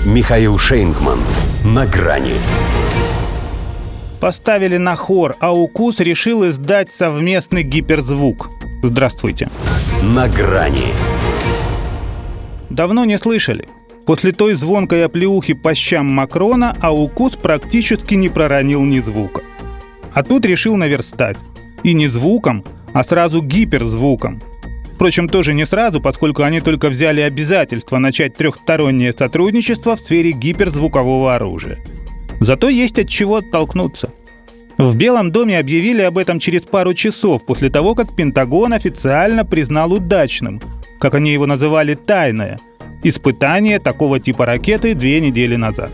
Михаил Шейнгман. На грани. Поставили на хор, а укус решил издать совместный гиперзвук. Здравствуйте. На грани. Давно не слышали. После той звонкой оплеухи по щам Макрона укус практически не проронил ни звука. А тут решил наверстать. И не звуком, а сразу гиперзвуком. Впрочем, тоже не сразу, поскольку они только взяли обязательство начать трехстороннее сотрудничество в сфере гиперзвукового оружия. Зато есть от чего оттолкнуться. В Белом доме объявили об этом через пару часов после того, как Пентагон официально признал удачным, как они его называли, тайное испытание такого типа ракеты 2 недели назад.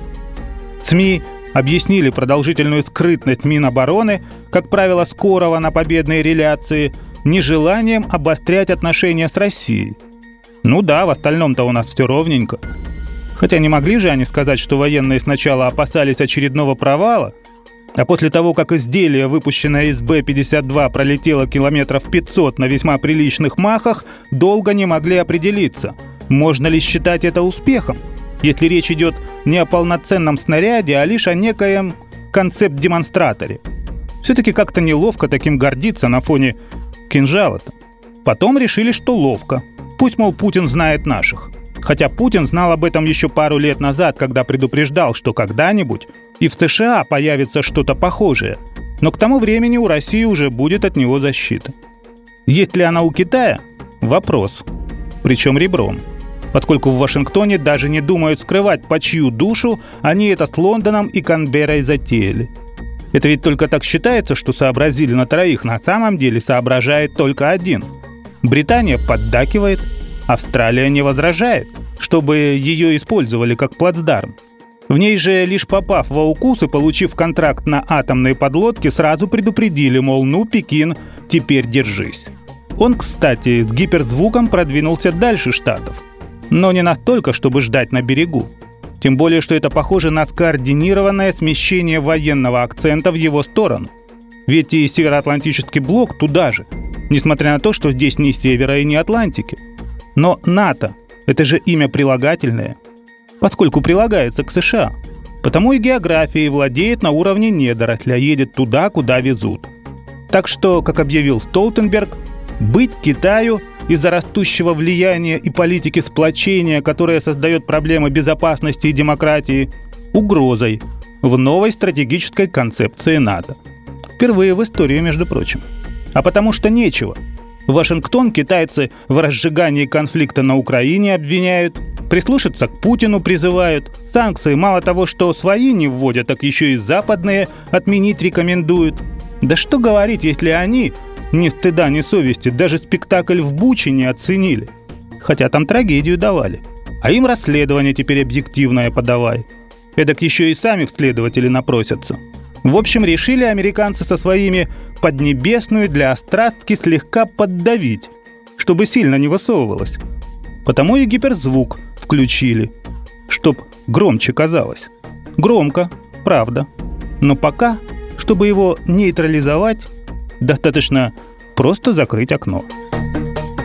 СМИ объяснили продолжительную скрытность Минобороны, как правило, скорого на победной реляции, нежеланием обострять отношения с Россией. Ну да, в остальном-то у нас все ровненько. Хотя не могли же они сказать, что военные сначала опасались очередного провала, а после того, как изделие, выпущенное из Б-52, пролетело километров 500 на весьма приличных махах, долго не могли определиться, можно ли считать это успехом, если речь идет не о полноценном снаряде, а лишь о некоем концепт-демонстраторе. Все-таки как-то неловко таким гордиться на фоне кинжала-то. Потом решили, что ловко. Пусть, мол, Путин знает наших. Хотя Путин знал об этом еще пару лет назад, когда предупреждал, что когда-нибудь и в США появится что-то похожее. Но к тому времени у России уже будет от него защита. Есть ли она у Китая? Вопрос. Причем ребром. Поскольку в Вашингтоне даже не думают скрывать, по чью душу они это с Лондоном и Канберрой затеяли. Это ведь только так считается, что сообразили на троих. На самом деле соображает только один. Британия поддакивает, Австралия не возражает, чтобы ее использовали как плацдарм. В ней же, лишь попав в укус и получив контракт на атомные подлодки, сразу предупредили, мол, ну, Пекин, теперь держись. Он, кстати, с гиперзвуком продвинулся дальше Штатов. Но не настолько, чтобы ждать на берегу. Тем более, что это похоже на скоординированное смещение военного акцента в его сторону. Ведь и Североатлантический блок туда же, несмотря на то, что здесь ни Севера и ни Атлантики. Но НАТО – это же имя прилагательное, поскольку прилагается к США. Потому и географией владеет на уровне недоросля, едет туда, куда везут. Так что, как объявил Столтенберг, быть Китаю из-за растущего влияния и политики сплочения, которая создает проблемы безопасности и демократии, угрозой в новой стратегической концепции НАТО. Впервые в истории, между прочим. А потому что нечего. Вашингтон китайцы в разжигании конфликта на Украине обвиняют, прислушаться к Путину призывают, санкции мало того, что свои не вводят, так еще и западные отменить рекомендуют. Да что говорить, если они ни стыда, ни совести даже спектакль в Буче не оценили. Хотя там трагедию давали. А им расследование теперь объективное подавай. Эдак еще и сами следователи напросятся. В общем, решили американцы со своими Поднебесную для острастки слегка поддавить, чтобы сильно не высовывалось. Потому и гиперзвук включили, чтоб громче казалось. Громко, правда. Но пока, чтобы его нейтрализовать, достаточно просто закрыть окно.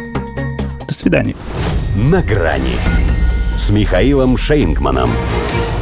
До свидания. На грани с Михаилом Шейнгманом.